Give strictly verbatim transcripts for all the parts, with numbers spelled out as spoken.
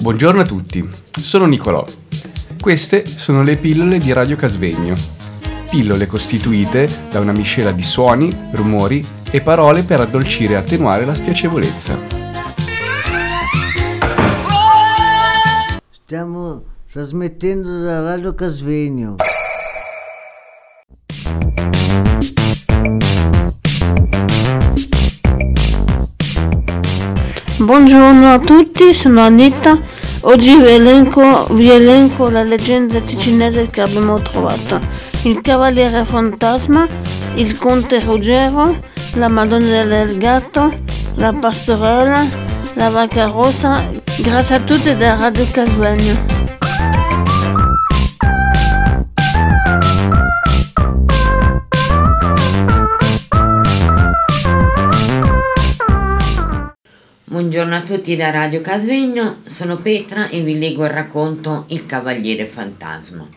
Buongiorno a tutti, sono Nicolò. Queste sono le pillole di Radio Casvegno. Pillole costituite da una miscela di suoni, rumori e parole per addolcire e attenuare la spiacevolezza. Stiamo trasmettendo da Radio Casvegno. Buongiorno a tutti, sono Anita. Oggi vi elenco, vi elenco la leggenda ticinese che abbiamo trovato. Il Cavaliere Fantasma, il Conte Ruggero, la Madonna del Gatto, la Pastorella, la Vacca Rossa. Grazie a tutti da Radio Casvegno. Buongiorno a tutti da Radio Casvegno, sono Petra e vi leggo il racconto Il Cavaliere Fantasma.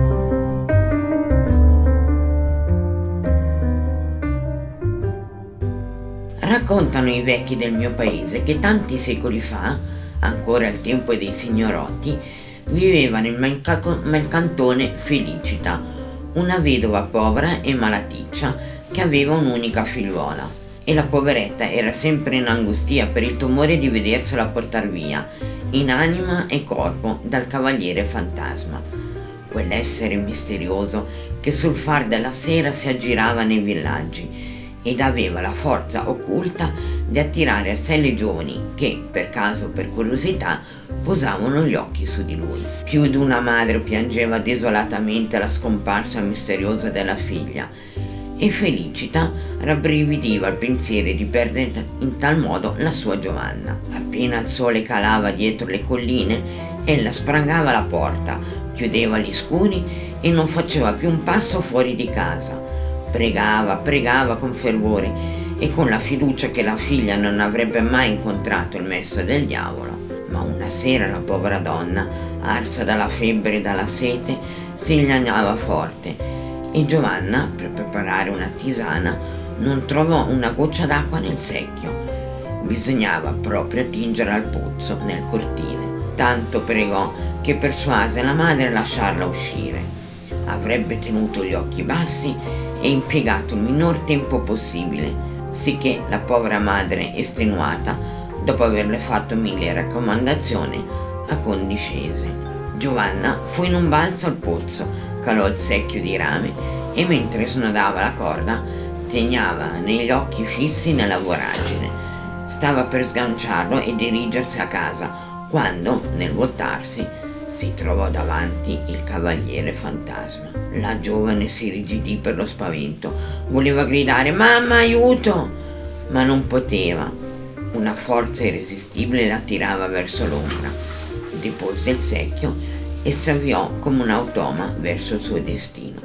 Raccontano i vecchi del mio paese che tanti secoli fa, ancora al tempo dei signorotti, viveva nel merc- mercantone Felicita, una vedova povera e malaticcia che aveva un'unica figliuola. E la poveretta era sempre in angustia per il timore di vedersela portar via, in anima e corpo, dal Cavaliere Fantasma, quell'essere misterioso che sul far della sera si aggirava nei villaggi ed aveva la forza occulta di attirare a sé le giovani che, per caso o per curiosità, posavano gli occhi su di lui. Più di una madre piangeva desolatamente la scomparsa misteriosa della figlia, e Felicita rabbrividiva al pensiero di perdere in tal modo la sua Giovanna. Appena il sole calava dietro le colline, ella sprangava la porta, chiudeva gli scuri e non faceva più un passo fuori di casa. Pregava, pregava con fervore e con la fiducia che la figlia non avrebbe mai incontrato il messo del diavolo. Ma una sera la povera donna, arsa dalla febbre e dalla sete, si lagnava forte e Giovanna, per preparare una tisana, non trovò una goccia d'acqua nel secchio. Bisognava proprio tingere al pozzo nel cortile. Tanto pregò che persuase la madre a lasciarla uscire. Avrebbe tenuto gli occhi bassi e impiegato il minor tempo possibile, sicché la povera madre, estenuata, dopo averle fatto mille raccomandazioni, accondiscese. Giovanna fu in un balzo al pozzo, calò il secchio di rame e mentre snodava la corda tegnava negli occhi fissi nella voragine. Stava per sganciarlo e dirigersi a casa quando, nel voltarsi, si trovò davanti il Cavaliere Fantasma. La giovane si irrigidì per lo spavento, voleva gridare «Mamma, aiuto!» ma non poteva. Una forza irresistibile la tirava verso l'ombra. Depose il secchio e si avviò come un automa verso il suo destino.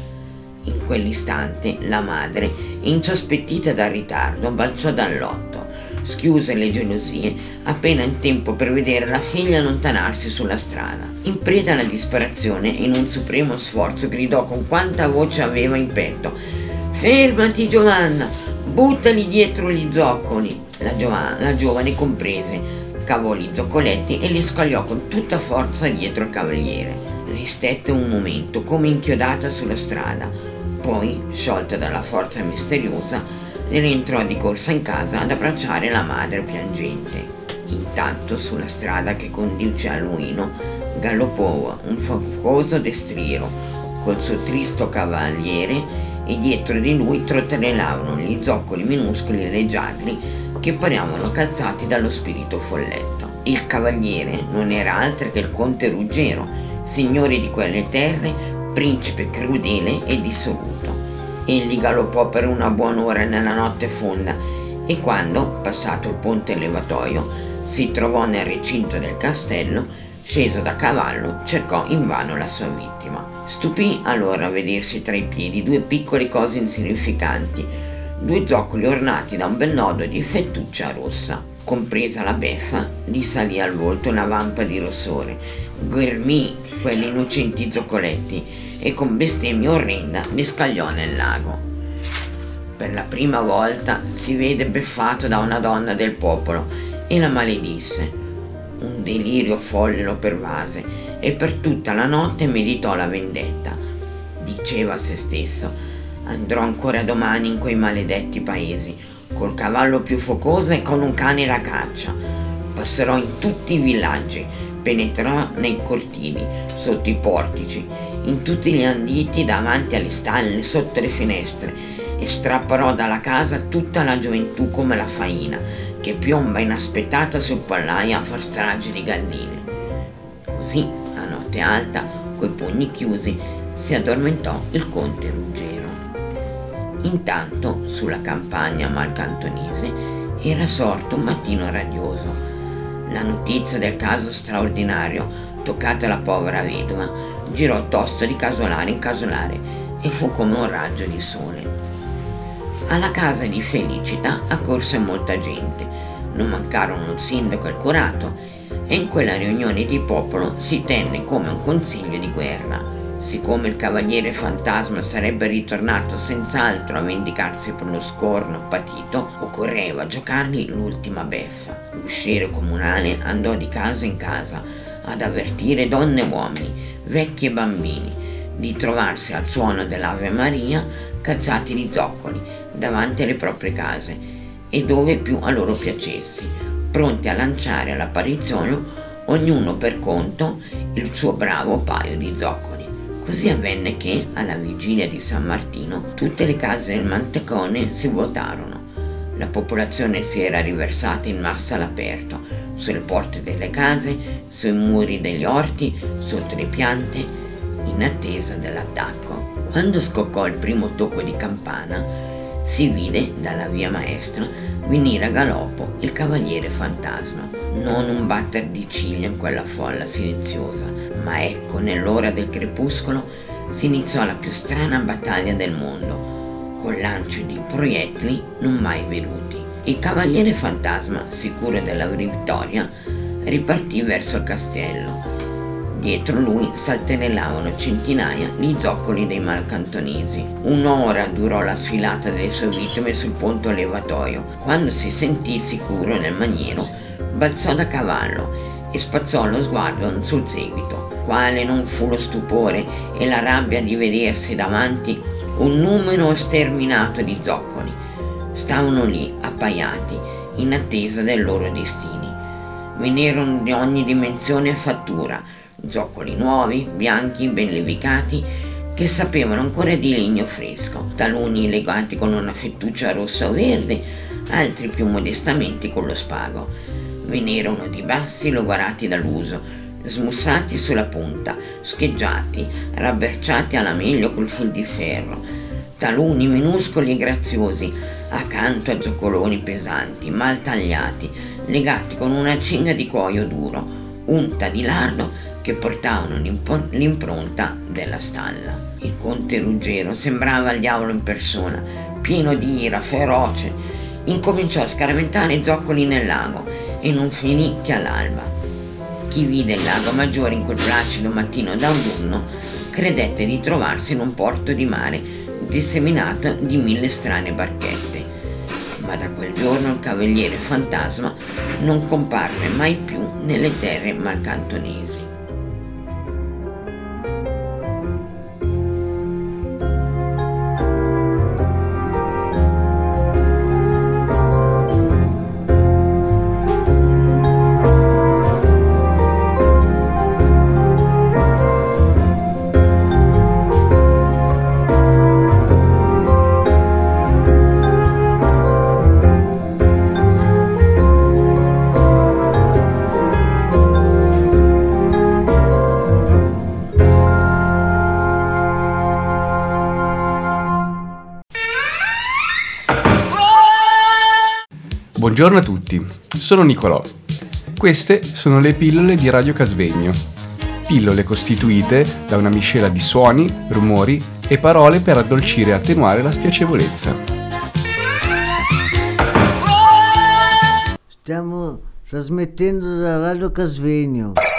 In quell'istante la madre, insospettita dal ritardo, balzò dal lotto, schiuse le gelosie appena in tempo per vedere la figlia allontanarsi sulla strada. In preda alla disperazione, in un supremo sforzo, gridò con quanta voce aveva in petto: «Fermati, Giovanna! Buttali dietro gli zoccoli!» La, giova- la giovane comprese, cavò gli zoccoletti e li scagliò con tutta forza dietro il cavaliere. Ristette un momento come inchiodata sulla strada, poi, sciolta dalla forza misteriosa, rientrò di corsa in casa ad abbracciare la madre piangente. Intanto sulla strada che conduce a Luino galoppò un focoso destriero col suo tristo cavaliere e dietro di lui trottolavano gli zoccoli minuscoli e leggiadri che parevano calzati dallo spirito folletto. Il cavaliere non era altro che il conte Ruggero, signore di quelle terre, principe crudele e dissoluto. Egli galoppò per una buon'ora nella notte fonda e quando, passato il ponte levatoio, si trovò nel recinto del castello, sceso da cavallo, cercò invano la sua vittima. Stupì allora a vedersi tra i piedi due piccole cose insignificanti, due zoccoli ornati da un bel nodo di fettuccia rossa. Compresa la beffa, gli salì al volto una vampa di rossore, ghermì quegli innocenti zoccoletti e con bestemmia orrenda li scagliò nel lago. Per la prima volta si vede beffato da una donna del popolo e la maledisse. Un delirio folle lo pervase e per tutta la notte meditò la vendetta. Diceva a se stesso: andrò ancora domani in quei maledetti paesi, col cavallo più focoso e con un cane da caccia. Passerò in tutti i villaggi, penetrerò nei cortili, sotto i portici, in tutti gli anditi, davanti alle stalle, sotto le finestre, e strapperò dalla casa tutta la gioventù come la faina che piomba inaspettata sul pollaio a far strage di galline. Così, a notte alta, coi pugni chiusi, si addormentò il conte Ruggero. Intanto, sulla campagna malcantonese, era sorto un mattino radioso. La notizia del caso straordinario toccato alla povera vedova girò tosto di casolare in casolare e fu come un raggio di sole. Alla casa di Felicita accorse molta gente, non mancarono il sindaco e il curato, e in quella riunione di popolo si tenne come un consiglio di guerra. Siccome il cavaliere fantasma sarebbe ritornato senz'altro a vendicarsi per lo scorno patito, occorreva giocargli l'ultima beffa. L'usciere comunale andò di casa in casa ad avvertire donne e uomini, vecchi e bambini, di trovarsi al suono dell'Ave Maria calzati di zoccoli davanti alle proprie case e dove più a loro piacessi, pronti a lanciare all'apparizione, ognuno per conto, il suo bravo paio di zoccoli. Così avvenne che, alla vigilia di San Martino, tutte le case del Mantecone si vuotarono. La popolazione si era riversata in massa all'aperto, sulle porte delle case, sui muri degli orti, sotto le piante, in attesa dell'attacco. Quando scoccò il primo tocco di campana, si vide dalla via maestra venire a galoppo il cavaliere fantasma. Non un batter di ciglia in quella folla silenziosa, ma ecco, nell'ora del crepuscolo si iniziò la più strana battaglia del mondo, col lancio di proiettili non mai veduti. Il cavaliere fantasma, sicuro della vittoria, ripartì verso il castello. Dietro lui saltellavano centinaia di zoccoli dei malcantonesi. Un'ora durò la sfilata delle sue vittime sul ponte levatoio. Quando si sentì sicuro nel maniero, balzò da cavallo e spazzò lo sguardo sul seguito. Quale non fu lo stupore e la rabbia di vedersi davanti un numero sterminato di zoccoli. Stavano lì appaiati in attesa dei loro destini. Ve n'erano di ogni dimensione e fattura, zoccoli nuovi, bianchi, ben levicati, che sapevano ancora di legno fresco, taluni legati con una fettuccia rossa o verde, altri più modestamente con lo spago. Ve n'erano di bassi, logorati dall'uso, smussati sulla punta, scheggiati, rabberciati alla meglio col fil di ferro, taluni minuscoli e graziosi, accanto a zoccoloni pesanti, mal tagliati, legati con una cinghia di cuoio duro, unta di lardo, che portavano l'impronta della stalla. Il conte Ruggero sembrava il diavolo in persona, pieno di ira, feroce. Incominciò a scaraventare i zoccoli nel lago e non finì che all'alba. Chi vide il lago Maggiore in quel placido mattino d'autunno credette di trovarsi in un porto di mare disseminato di mille strane barchette. Ma da quel giorno il cavaliere fantasma non comparve mai più nelle terre malcantonesi. Buongiorno a tutti, sono Nicolò. Queste sono le pillole di Radio Casvegno. Pillole costituite da una miscela di suoni, rumori e parole per addolcire e attenuare la spiacevolezza. Stiamo trasmettendo da Radio Casvegno.